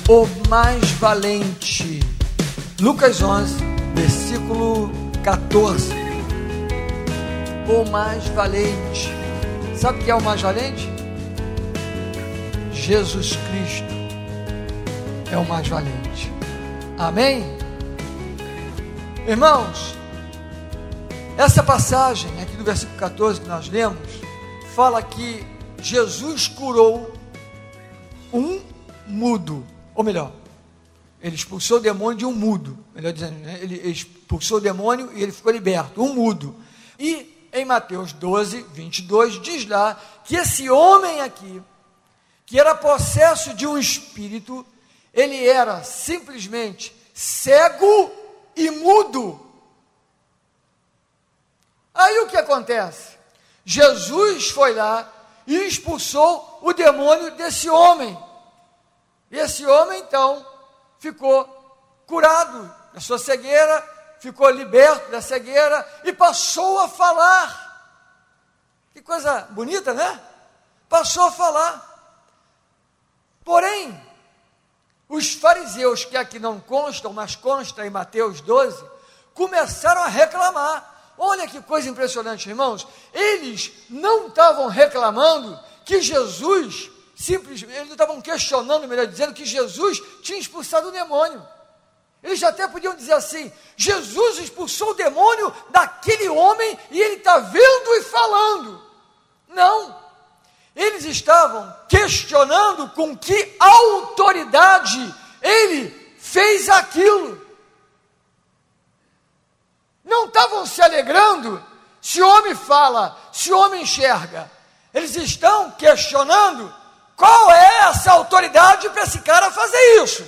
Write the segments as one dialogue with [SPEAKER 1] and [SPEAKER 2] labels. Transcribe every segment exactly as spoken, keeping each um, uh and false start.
[SPEAKER 1] o mais valente. Lucas onze, versículo catorze. O mais valente. Sabe o que é o mais valente? Jesus Cristo é o mais valente. Amém? Irmãos, essa passagem aqui do versículo catorze que nós lemos, fala que Jesus curou um mudo, ou melhor, ele expulsou o demônio de um mudo, melhor dizendo, né? Ele expulsou o demônio e ele ficou liberto, um mudo. E em Mateus doze, vinte e dois, diz lá que esse homem aqui, que era possesso de um espírito, ele era simplesmente cego e mudo. Aí o que acontece? Jesus foi lá e expulsou o demônio desse homem. E esse homem então ficou curado da sua cegueira, ficou liberto da cegueira e passou a falar. Que coisa bonita, né? Passou a falar. Porém, os fariseus, que aqui não constam, mas consta em Mateus doze, começaram a reclamar. Olha que coisa impressionante, irmãos. Eles não estavam reclamando que Jesus, simplesmente, eles não estavam questionando, melhor dizendo, que Jesus tinha expulsado o demônio. Eles até podiam dizer assim: Jesus expulsou o demônio daquele homem e ele está vendo e falando. Não. Eles estavam questionando com que autoridade ele fez aquilo. Não estavam se alegrando se o homem fala, se o homem enxerga. Eles estão questionando qual é essa autoridade para esse cara fazer isso.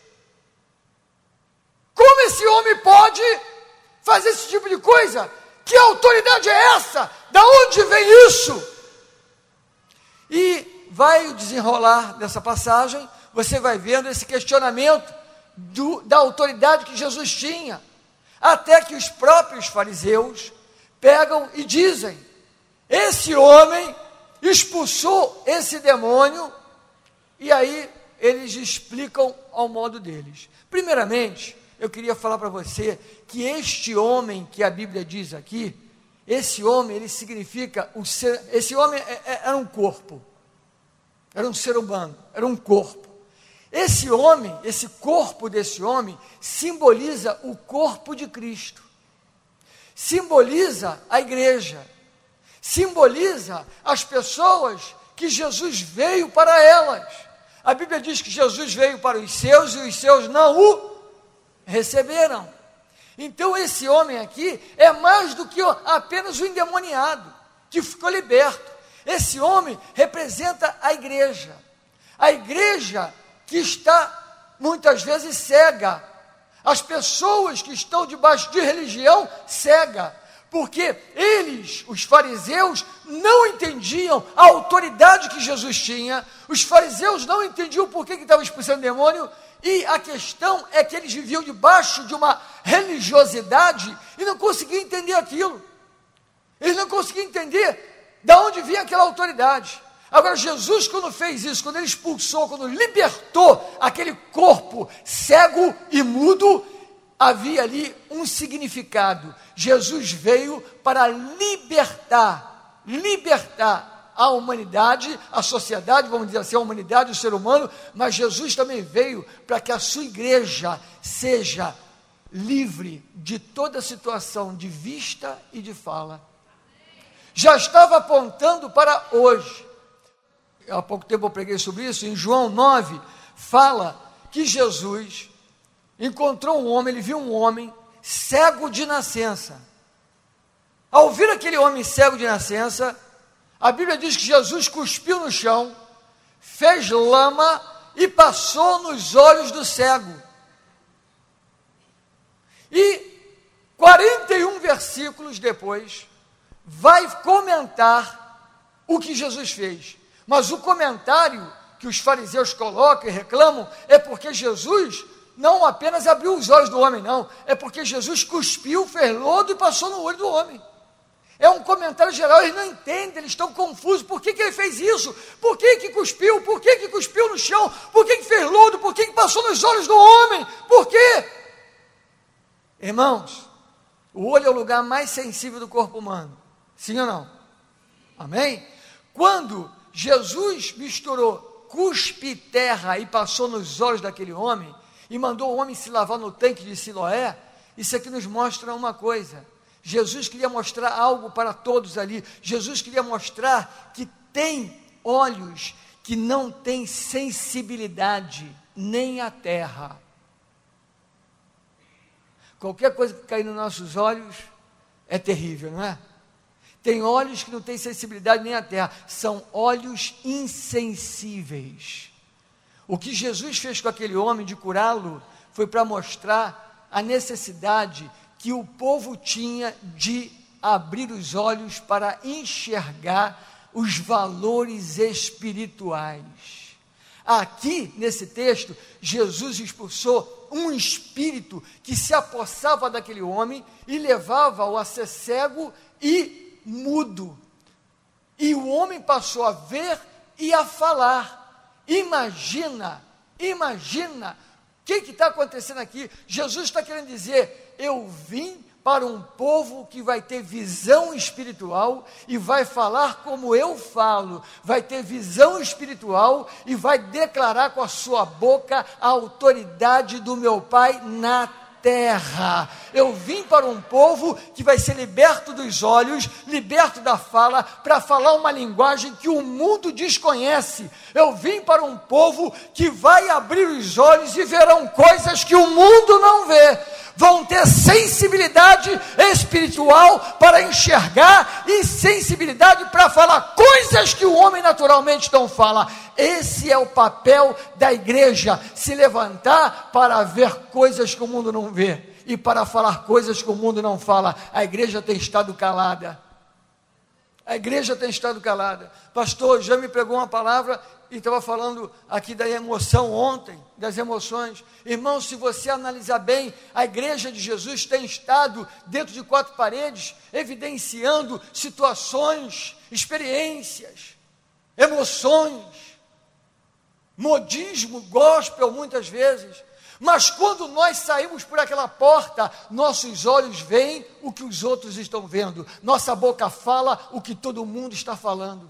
[SPEAKER 1] Como esse homem pode fazer esse tipo de coisa? Que autoridade é essa? Da onde vem isso? E vai desenrolar dessa passagem, você vai vendo esse questionamento do, da autoridade que Jesus tinha. Até que os próprios fariseus pegam e dizem: esse homem expulsou esse demônio. E aí eles explicam ao modo deles. Primeiramente, eu queria falar para você que este homem que a Bíblia diz aqui, esse homem, ele significa, o ser, esse homem é, é, era um corpo, era um ser humano, era um corpo. Esse homem, esse corpo desse homem, simboliza o corpo de Cristo, simboliza a igreja, simboliza as pessoas que Jesus veio para elas. A Bíblia diz que Jesus veio para os seus e os seus não o receberam. Então esse homem aqui é mais do que apenas o endemoniado que ficou liberto. Esse homem representa a igreja, a igreja que está muitas vezes cega, as pessoas que estão debaixo de religião cega, porque eles, os fariseus, não entendiam a autoridade que Jesus tinha, os fariseus não entendiam por que que estava expulsando o demônio, e a questão é que eles viviam debaixo de uma religiosidade e não conseguiam entender aquilo, eles não conseguiam entender de onde vinha aquela autoridade. Agora, Jesus, quando fez isso, quando ele expulsou, quando libertou aquele corpo cego e mudo, havia ali um significado. Jesus veio para libertar, libertar a humanidade, a sociedade, vamos dizer assim, a humanidade, o ser humano, mas Jesus também veio para que a sua igreja seja livre de toda situação de vista e de fala. Já estava apontando para hoje. Há pouco tempo eu preguei sobre isso, em João nove, fala que Jesus encontrou um homem, ele viu um homem cego de nascença. Ao ver aquele homem cego de nascença, a Bíblia diz que Jesus cuspiu no chão, fez lama e passou nos olhos do cego. E quarenta e um versículos depois, vai comentar o que Jesus fez. Mas o comentário que os fariseus colocam e reclamam é porque Jesus não apenas abriu os olhos do homem, não. É porque Jesus cuspiu, fez lodo e passou no olho do homem. É um comentário geral, eles não entendem, eles estão confusos. Por que, que ele fez isso? Por que, que cuspiu? Por que, que cuspiu no chão? Por que, que fez lodo? Por que, que passou nos olhos do homem? Por quê? Irmãos, o olho é o lugar mais sensível do corpo humano. Sim ou não? Amém? Quando Jesus misturou cuspe e terra e passou nos olhos daquele homem, e mandou o homem se lavar no tanque de Siloé, isso aqui nos mostra uma coisa. Jesus queria mostrar algo para todos ali. Jesus queria mostrar que tem olhos que não têm sensibilidade, nem a terra. Qualquer coisa que cair nos nossos olhos é terrível, não é? Tem olhos que não têm sensibilidade nem a terra, são olhos insensíveis. O que Jesus fez com aquele homem de curá-lo foi para mostrar a necessidade que o povo tinha de abrir os olhos para enxergar os valores espirituais. Aqui, nesse texto, Jesus expulsou um espírito que se apossava daquele homem e levava-o a ser cego e mudo. E o homem passou a ver e a falar. Imagina, imagina, o que está acontecendo aqui? Jesus está querendo dizer, eu vim para um povo que vai ter visão espiritual e vai falar como eu falo, vai ter visão espiritual e vai declarar com a sua boca a autoridade do meu Pai na terra. Eu vim para um povo que vai ser liberto dos olhos, liberto da fala, para falar uma linguagem que o mundo desconhece. Eu vim para um povo que vai abrir os olhos e verão coisas que o mundo não vê. Vão ter sensibilidade espiritual para enxergar e sensibilidade para falar coisas que o homem naturalmente não fala. Esse é o papel da igreja, se levantar para ver coisas que o mundo não vê e para falar coisas que o mundo não fala. A igreja tem estado calada. A igreja tem estado calada. Pastor, já me pregou uma palavra e estava falando aqui da emoção ontem, das emoções. Irmão, se você analisar bem, a igreja de Jesus tem estado dentro de quatro paredes, evidenciando situações, experiências, emoções, modismo, gospel muitas vezes. Mas quando nós saímos por aquela porta, nossos olhos veem o que os outros estão vendo, nossa boca fala o que todo mundo está falando.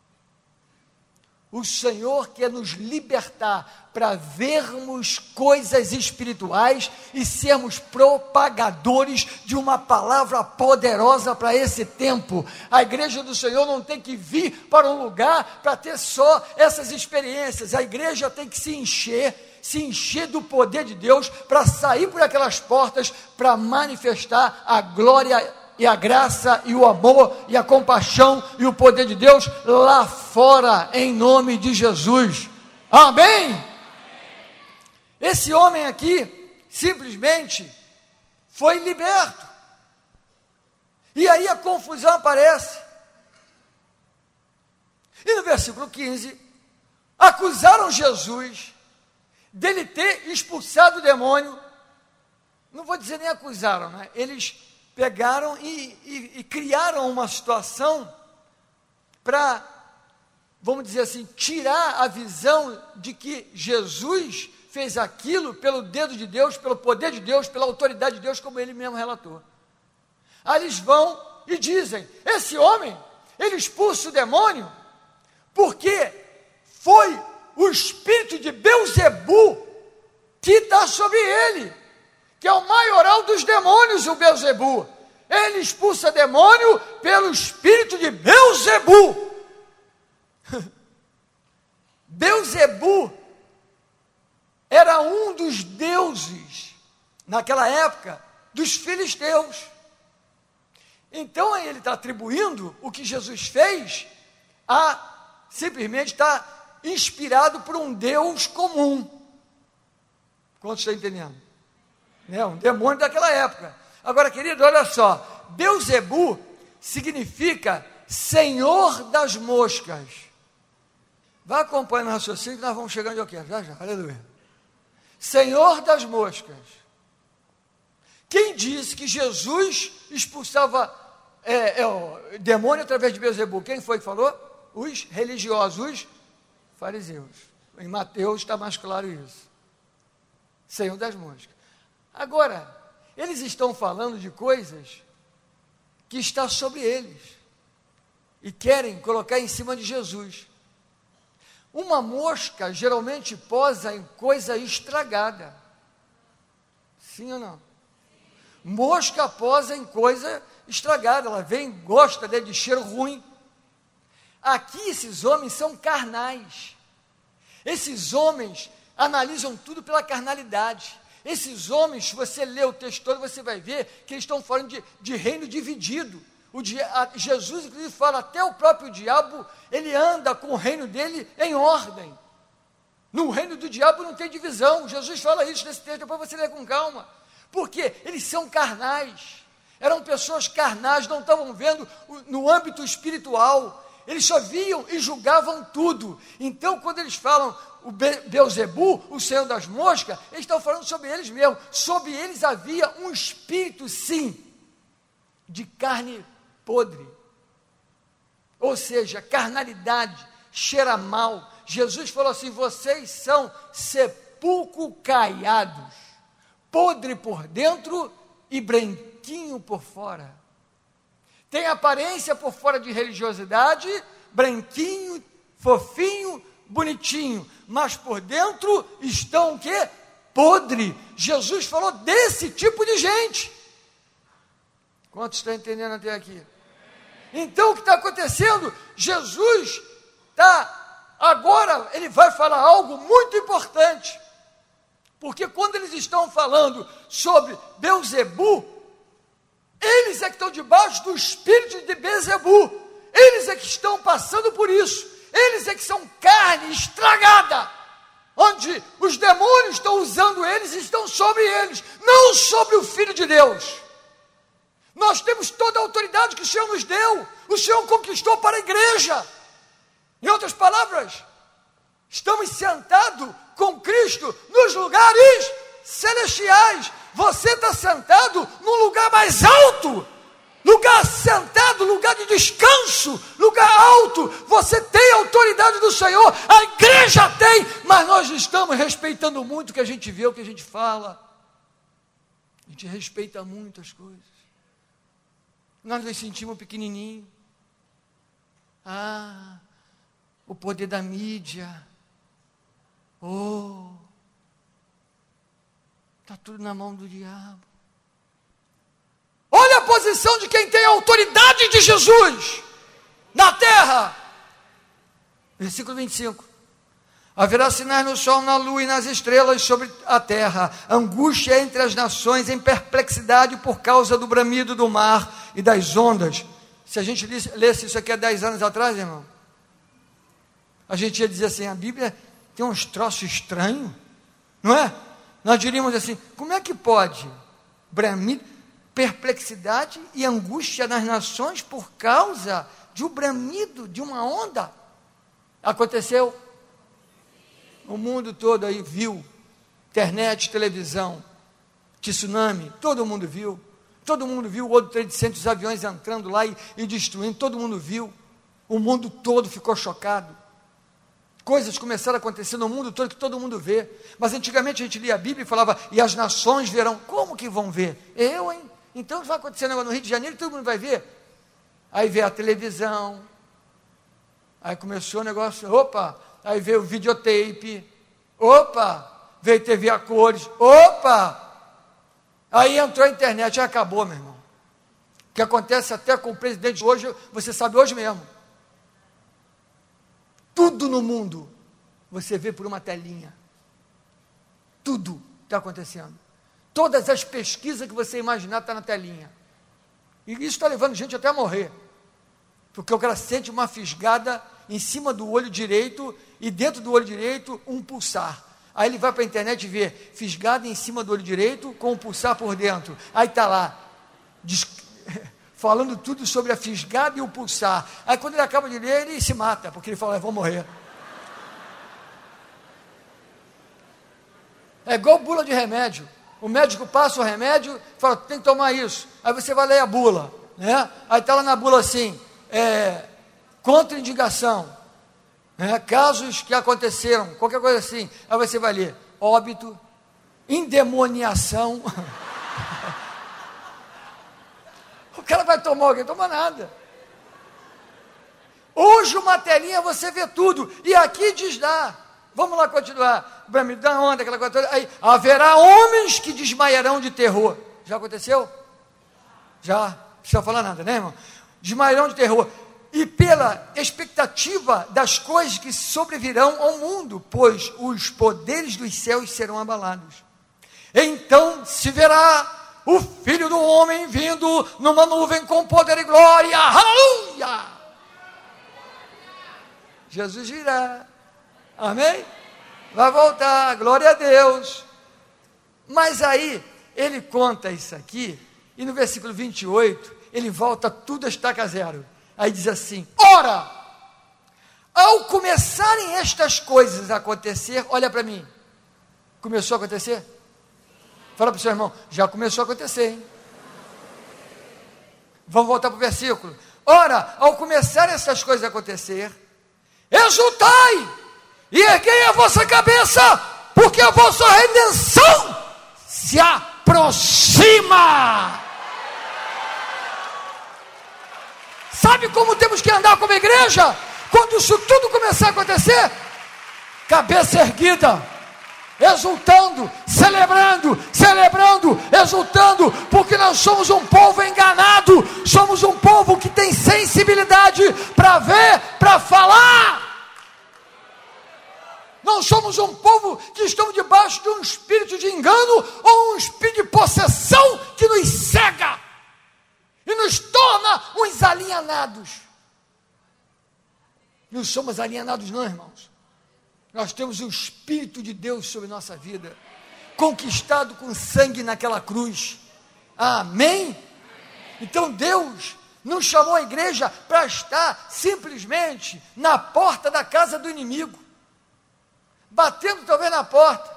[SPEAKER 1] O Senhor quer nos libertar para vermos coisas espirituais e sermos propagadores de uma palavra poderosa para esse tempo. A igreja do Senhor não tem que vir para um lugar para ter só essas experiências. A igreja tem que se encher, se encher do poder de Deus para sair por aquelas portas para manifestar a glória e a graça, e o amor, e a compaixão, e o poder de Deus, lá fora, em nome de Jesus, amém? Esse homem aqui, simplesmente, foi liberto, e aí a confusão aparece, e no versículo quinze, acusaram Jesus, dele ter expulsado o demônio, não vou dizer nem acusaram, né? Eles pegaram e, e, e criaram uma situação para, vamos dizer assim, tirar a visão de que Jesus fez aquilo pelo dedo de Deus, pelo poder de Deus, pela autoridade de Deus, como ele mesmo relatou. Aí eles vão e dizem, esse homem, ele expulsa o demônio, porque foi o espírito de Belzebu que está sobre ele, que é o maioral dos demônios, o Belzebu. Ele expulsa demônio pelo espírito de Belzebu. Belzebu era um dos deuses, naquela época, dos filisteus. Então ele está atribuindo o que Jesus fez a simplesmente estar inspirado por um Deus comum. Quantos estão entendendo? É um demônio daquela época. Agora, querido, olha só, Belzebu significa Senhor das moscas. Vai acompanhando o raciocínio que nós vamos chegando onde eu quero, já já, aleluia. Senhor das moscas. Quem disse que Jesus expulsava é, é o demônio através de Beelzebul. Quem foi que falou? Os religiosos, os fariseus. Em Mateus está mais claro isso. Senhor das moscas. Agora, eles estão falando de coisas que está sobre eles e querem colocar em cima de Jesus. Uma mosca geralmente posa em coisa estragada. Sim ou não? Mosca posa em coisa estragada. Ela vem, gosta de cheiro ruim. Aqui esses homens são carnais. Esses homens analisam tudo pela carnalidade. Esses homens, se você ler o texto todo, você vai ver que eles estão falando de, de reino dividido. O dia, a, Jesus, inclusive, fala, até o próprio diabo, ele anda com o reino dele em ordem. No reino do diabo não tem divisão. Jesus fala isso nesse texto, depois você lê com calma. Porque eles são carnais. Eram pessoas carnais, não estavam vendo o, no âmbito espiritual. Eles só viam e julgavam tudo. Então, quando eles falam o Be- Beelzebul, o senhor das moscas, eles estão falando sobre eles mesmos. Sobre eles havia um espírito, sim, de carne podre. Ou seja, carnalidade, cheira mal. Jesus falou assim: vocês são sepulcro caiados, podre por dentro e branquinho por fora. Tem aparência por fora de religiosidade, branquinho, fofinho, bonitinho, mas por dentro estão o quê? Podre. Jesus falou desse tipo de gente. Quantos estão entendendo até aqui? Então o que está acontecendo? Jesus está, agora ele vai falar algo muito importante, porque quando eles estão falando sobre Beelzebul, eles é que estão debaixo do espírito de Beelzebul, eles é que estão passando por isso, eles é que são carne estragada, onde os demônios estão usando eles e estão sobre eles, não sobre o Filho de Deus. Nós temos toda a autoridade que o Senhor nos deu, o Senhor conquistou para a igreja. Em outras palavras, estamos sentados com Cristo nos lugares celestiais. Você está sentado num lugar mais alto, lugar sentado, lugar de descanso, lugar alto. Você tem a autoridade do Senhor, a igreja tem, mas nós estamos respeitando muito o que a gente vê, o que a gente fala. A gente respeita muito as coisas. Nós nos sentimos pequenininhos. Ah, o poder da mídia. Oh, está tudo na mão do diabo. Olha a posição de quem tem a autoridade de Jesus na terra. Versículo vinte e cinco. Haverá sinais no sol, na lua e nas estrelas sobre a terra, angústia entre as nações, em perplexidade por causa do bramido do mar e das ondas. Se a gente lesse isso aqui há dez anos atrás, irmão, a gente ia dizer assim: a Bíblia tem uns troços estranhos, não é? Nós diríamos assim: como é que pode bramido, perplexidade e angústia nas nações por causa de um bramido, de uma onda? Aconteceu. O mundo todo aí viu, internet, televisão, tsunami, todo mundo viu, todo mundo viu o World Trade Center, os aviões entrando lá e, e destruindo, todo mundo viu, o mundo todo ficou chocado, coisas começaram a acontecer no mundo todo que todo mundo vê, mas antigamente a gente lia a Bíblia e falava, e as nações verão. Como que vão ver? Eu, hein? Então vai acontecer um negócio no Rio de Janeiro e todo mundo vai ver, aí vê a televisão, aí começou o negócio, opa, aí veio o videotape, opa, veio T V a cores, opa, aí entrou a internet, aí acabou, meu irmão. O que acontece até com o presidente hoje, você sabe hoje mesmo. Tudo no mundo, você vê por uma telinha. Tudo está acontecendo. Todas as pesquisas que você imaginar estão na telinha. E isso está levando gente até a morrer. Porque o cara sente uma fisgada em cima do olho direito e dentro do olho direito um pulsar. Aí ele vai para a internet e vê fisgada em cima do olho direito com um pulsar por dentro. Aí está lá, diz, falando tudo sobre a fisgada e o pulsar. Aí quando ele acaba de ler, ele se mata, porque ele fala: eu vou morrer. É igual bula de remédio. O médico passa o remédio, fala: tem que tomar isso. Aí você vai ler a bula. né? Aí está lá na bula assim, é, contraindicação, né? Casos que aconteceram, qualquer coisa assim, aí você vai ler, óbito, endemoniação, o cara vai tomar alguém, toma nada. Hoje uma telinha você vê tudo, e aqui diz lá, vamos lá continuar, me dá onda, aquela coisa toda, aí, haverá homens que desmaiarão de terror, já aconteceu? Já, não precisa falar nada, né, irmão? Desmaiarão de terror, e pela expectativa das coisas que sobrevirão ao mundo, pois os poderes dos céus serão abalados. Então se verá o Filho do Homem vindo numa nuvem com poder e glória, aleluia! Jesus virá, amém? Vai voltar, glória a Deus. Mas aí, ele conta isso aqui, e no versículo vinte e oito, ele volta tudo a estaca zero. Aí diz assim, ora, ao começarem estas coisas a acontecer, olha para mim, começou a acontecer? Fala para o seu irmão, já começou a acontecer, hein? Vamos voltar para o versículo. Ora, ao começarem essas coisas a acontecer, exultai, e erguei a vossa cabeça, porque a vossa redenção se aproxima. Sabe como temos que andar como igreja? Quando isso tudo começar a acontecer, cabeça erguida, exultando, celebrando, celebrando, exultando, porque nós somos um povo enganado, somos um povo que tem sensibilidade para ver, para falar. Não somos um povo que estamos debaixo de um espírito de engano ou um espírito de possessão que nos cega e nos torna uns alienados. Não somos alienados não, irmãos. Nós temos o Espírito de Deus sobre nossa vida, conquistado com sangue naquela cruz. Amém? Então Deus não chamou a igreja para estar simplesmente na porta da casa do inimigo, batendo talvez na porta.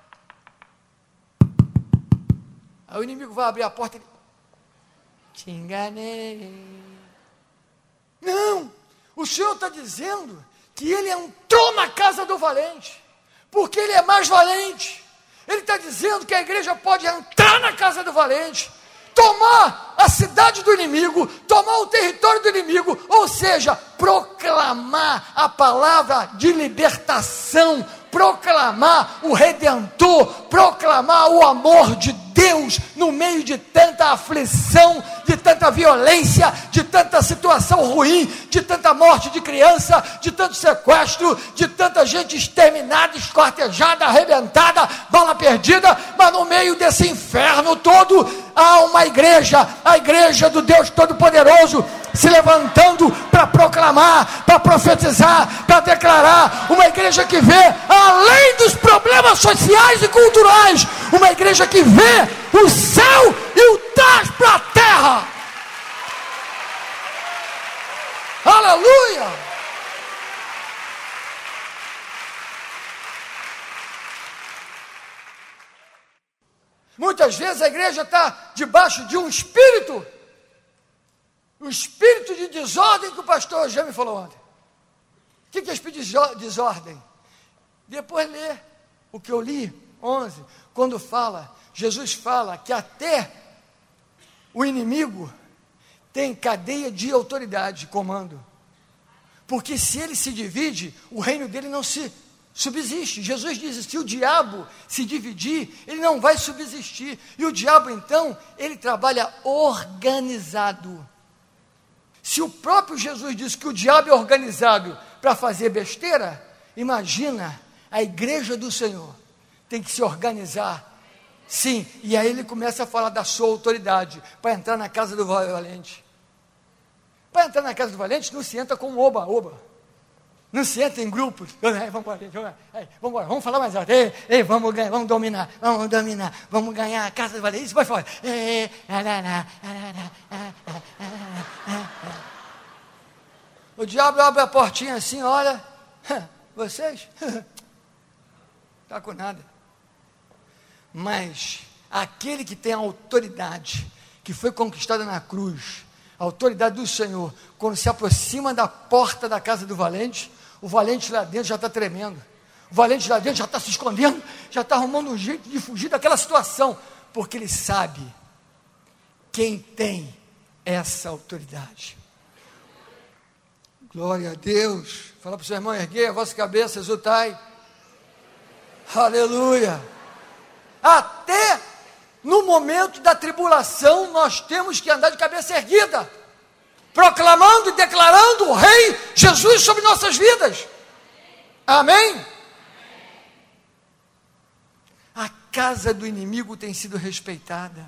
[SPEAKER 1] Aí o inimigo vai abrir a porta e te enganei. Não, o Senhor está dizendo que ele entrou na casa do valente, porque ele é mais valente. Ele está dizendo que a igreja pode entrar na casa do valente, tomar a cidade do inimigo, tomar o território do inimigo, ou seja, proclamar a palavra de libertação, proclamar o Redentor, proclamar o amor de Deus no meio de tanta aflição, de tanta violência, de tanta situação ruim, de tanta morte de criança, de tanto sequestro, de tanta gente exterminada, esquartejada, arrebentada, bala perdida, mas no meio desse inferno todo, há uma igreja, a igreja do Deus Todo-Poderoso, se levantando para proclamar, para profetizar, para declarar, uma igreja que vê além dos problemas sociais e culturais, uma igreja que vê o céu e o traz para a terra. Aleluia! Muitas vezes a igreja está debaixo de um espírito, um espírito de desordem que o pastor já me falou ontem. O que é espírito de desordem? Depois lê o que eu li, onze, quando fala, Jesus fala que até o inimigo tem cadeia de autoridade, de comando. Porque se ele se divide, o reino dele não se subsiste. Jesus diz, se o diabo se dividir, ele não vai subsistir. E o diabo, então, ele trabalha organizado. Se o próprio Jesus disse que o diabo é organizado para fazer besteira, imagina, a igreja do Senhor tem que se organizar. Sim, e aí ele começa a falar da sua autoridade, para entrar na casa do valente. Para entrar na casa do valente, não se entra com um oba, oba. Não se entra em grupos. Vamos embora, vamos embora, vamos falar mais alto. Ei, ei, vamos ganhar, vamos dominar, vamos dominar, vamos ganhar a casa do valente. Isso vai fora. Ei, arara, arara, arara, arara. O diabo abre a portinha assim, olha, vocês, está com nada. Mas aquele que tem a autoridade, que foi conquistada na cruz, A autoridade do Senhor, quando se aproxima da porta da casa do valente, o valente lá dentro já está tremendo. O valente lá dentro já está se escondendo, já está arrumando um jeito de fugir daquela situação, porque ele sabe quem tem essa autoridade. Glória a Deus. Fala para o seu irmão, erguei a vossa cabeça, exultai. Aleluia. Até no momento da tribulação, nós temos que andar de cabeça erguida, proclamando e declarando o Rei Jesus sobre nossas vidas. Amém? A casa do inimigo tem sido respeitada.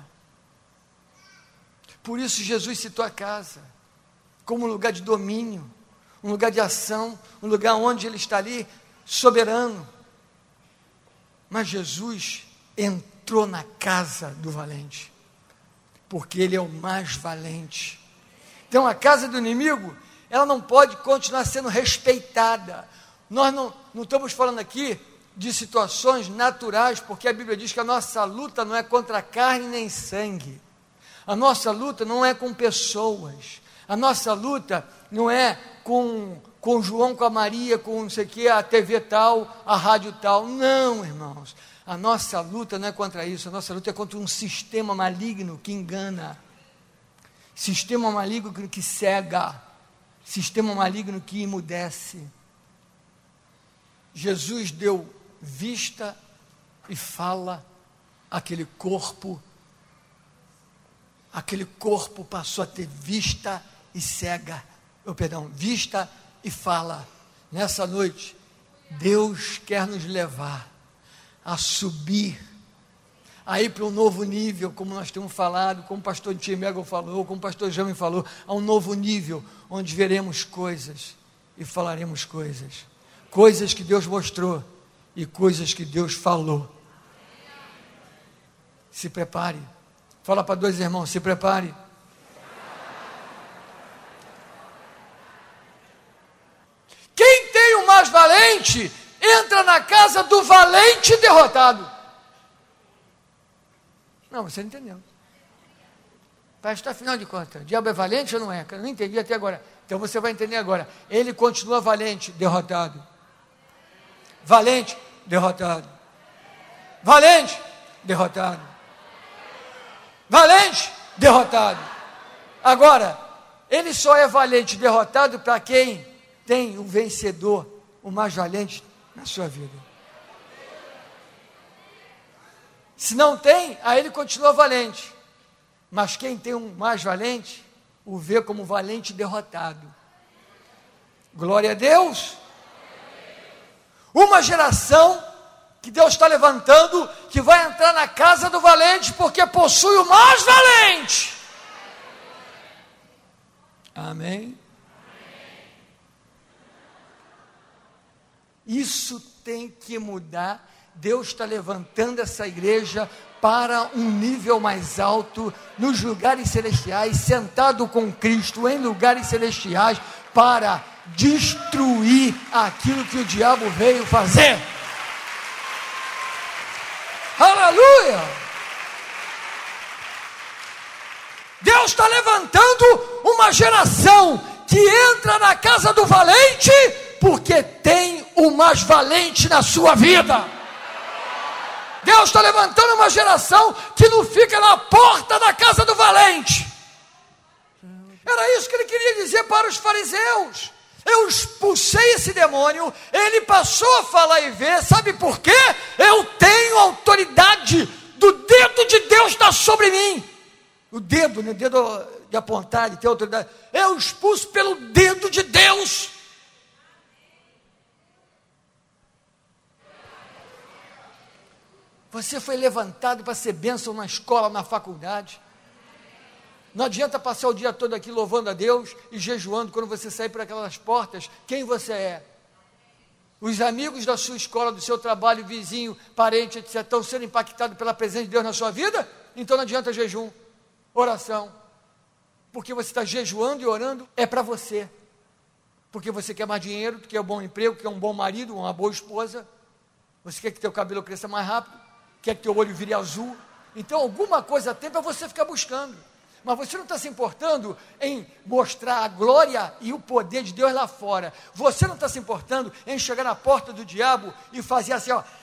[SPEAKER 1] Por isso Jesus citou a casa como um lugar de domínio, um lugar de ação, um lugar onde ele está ali soberano. Mas Jesus entrou na casa do valente, porque ele é o mais valente. Então a casa do inimigo, ela não pode continuar sendo respeitada. Nós não, não estamos falando aqui de situações naturais, porque a Bíblia diz que a nossa luta não é contra carne nem sangue. A nossa luta não é com pessoas. A nossa luta não é com, com João, com a Maria, com não sei o que, a T V tal, a rádio tal. Não, irmãos. A nossa luta não é contra isso. A nossa luta é contra um sistema maligno que engana. Sistema maligno que, que cega. Sistema maligno que emudece. Jesus deu vista e fala àquele corpo. Aquele corpo passou a ter vista e cega, oh, perdão, vista e fala. Nessa noite, Deus quer nos levar a subir, a ir para um novo nível, como nós temos falado, como o pastor Timego falou, como o pastor Jame falou, a um novo nível, onde veremos coisas e falaremos coisas, coisas que Deus mostrou e coisas que Deus falou. Se prepare. Fala para dois irmãos, se prepare. Quem tem o mais valente, entra na casa do valente derrotado. Não, você não entendeu. Pastor, afinal de contas, o diabo é valente ou não é? Eu não entendi até agora. Então você vai entender agora. Ele continua valente, derrotado. Valente, derrotado. Valente, derrotado. Valente, derrotado. Agora, ele só é valente, derrotado para quem tem o vencedor, o mais valente na sua vida. Se não tem, aí ele continua valente. Mas quem tem um mais valente, o vê como valente derrotado. Glória a Deus. Uma geração que Deus está levantando, que vai entrar na casa do valente, porque possui o mais valente. Amém? Isso tem que mudar. Deus está levantando essa igreja para um nível mais alto, nos lugares celestiais, sentado com Cristo em lugares celestiais, para destruir aquilo que o diabo veio fazer. Aleluia! Deus está levantando uma geração que entra na casa do valente, porque tem o mais valente na sua vida. Deus está levantando uma geração que não fica na porta da casa do valente. Era isso que ele queria dizer para os fariseus. Eu expulsei esse demônio, ele passou a falar e ver, sabe por quê? Eu tenho autoridade, do dedo de Deus está sobre mim. O dedo, né? O dedo de apontar, de ter autoridade. Eu expulso pelo dedo de Deus. Você foi levantado para ser bênção na escola, na faculdade. Não adianta passar o dia todo aqui louvando a Deus e jejuando quando você sair por aquelas portas. Quem você é? Os amigos da sua escola, do seu trabalho, vizinho, parente, etcétera, estão sendo impactados pela presença de Deus na sua vida? Então não adianta jejum, oração. Porque você está jejuando e orando, é para você. Porque você quer mais dinheiro, quer um bom emprego, quer um bom marido, uma boa esposa. Você quer que teu cabelo cresça mais rápido, quer que teu olho vire azul. Então alguma coisa tem para você ficar buscando. Mas você não está se importando em mostrar a glória e o poder de Deus lá fora. Você não está se importando em chegar na porta do diabo e fazer assim, ó.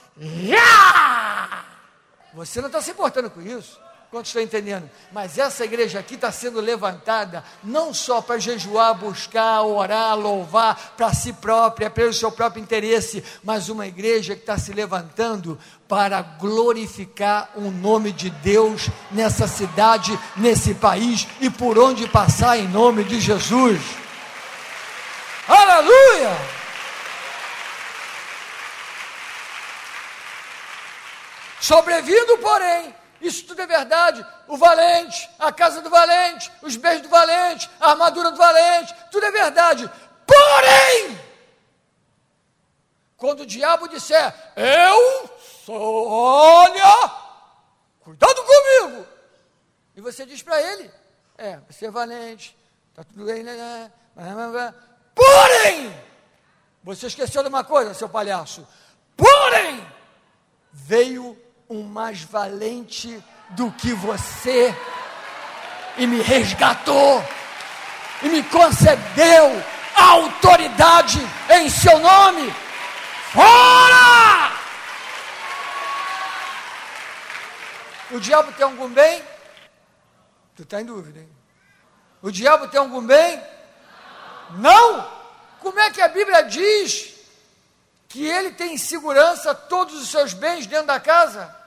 [SPEAKER 1] Você não está se importando com isso. Quantos estão entendendo? Mas essa igreja aqui está sendo levantada não só para jejuar, buscar, orar, louvar para si própria, pelo seu próprio interesse, mas uma igreja que está se levantando para glorificar o nome de Deus nessa cidade, nesse país e por onde passar, em nome de Jesus. Aleluia! Sobrevindo, porém, isso tudo é verdade, o valente, a casa do valente, os beijos do valente, a armadura do valente, tudo é verdade, porém, quando o diabo disser, eu sou, olha, cuidado comigo, e você diz para ele, é, você é valente, está tudo bem, né? Porém, você esqueceu de uma coisa, seu palhaço, porém, veio um mais valente do que você, e me resgatou, e me concedeu a autoridade em seu nome. Fora! O diabo tem algum bem? Tu está em dúvida, hein? O diabo tem algum bem? Não! Como é que a Bíblia diz que ele tem em segurança todos os seus bens dentro da casa?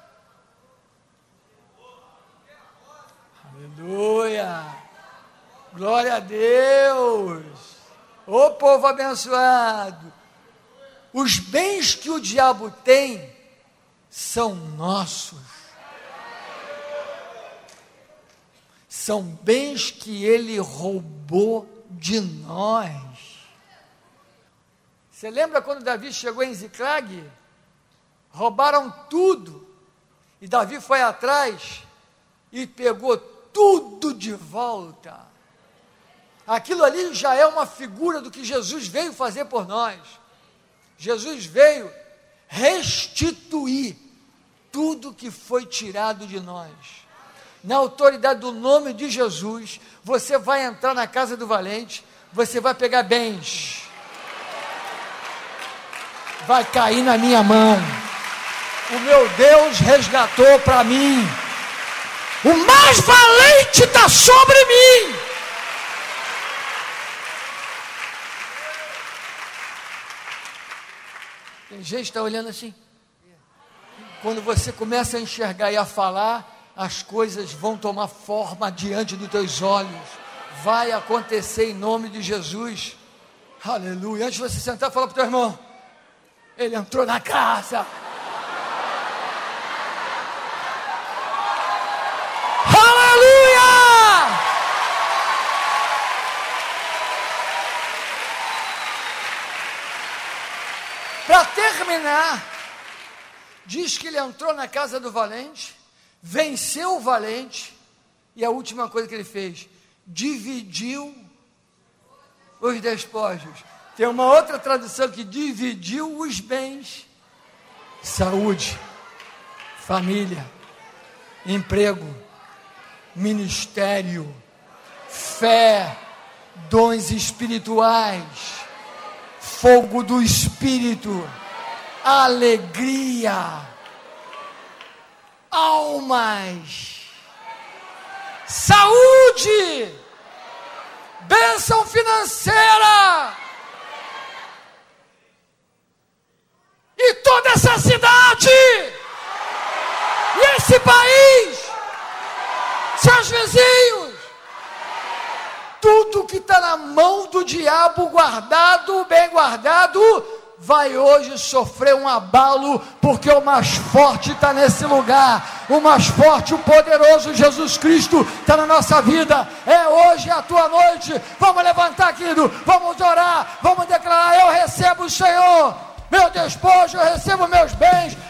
[SPEAKER 1] Aleluia! Glória a Deus! Ô povo abençoado! Os bens que o diabo tem são nossos. São bens que ele roubou de nós. Você lembra quando Davi chegou em Ziclag? Roubaram tudo. E Davi foi atrás e pegou tudo de volta. Aquilo ali já é uma figura do que Jesus veio fazer por nós. Jesus veio restituir tudo que foi tirado de nós. Na autoridade do nome de Jesus, você vai entrar na casa do valente, você vai pegar bens, vai cair na minha mão. O meu Deus resgatou para mim. O mais valente está sobre mim. Tem gente que está olhando assim. Quando você começa a enxergar e a falar, as coisas vão tomar forma diante dos teus olhos. Vai acontecer em nome de Jesus. Aleluia. Antes de você sentar, fala para o teu irmão. Ele entrou na casa. Aleluia! Para terminar, diz que ele entrou na casa do valente, venceu o valente, e a última coisa que ele fez, dividiu os despojos. Tem uma outra tradução que dividiu os bens: saúde, família, emprego, ministério, fé, dons espirituais, fogo do Espírito, alegria, almas, saúde, bênção financeira. E toda essa cidade, e esse país, seus vizinhos, tudo que está na mão do diabo guardado, bem guardado, vai hoje sofrer um abalo, porque o mais forte está nesse lugar. O mais forte, o poderoso Jesus Cristo está na nossa vida. É hoje a tua noite. Vamos levantar, querido, vamos orar, vamos declarar: eu recebo o Senhor, meu despojo, eu recebo meus bens,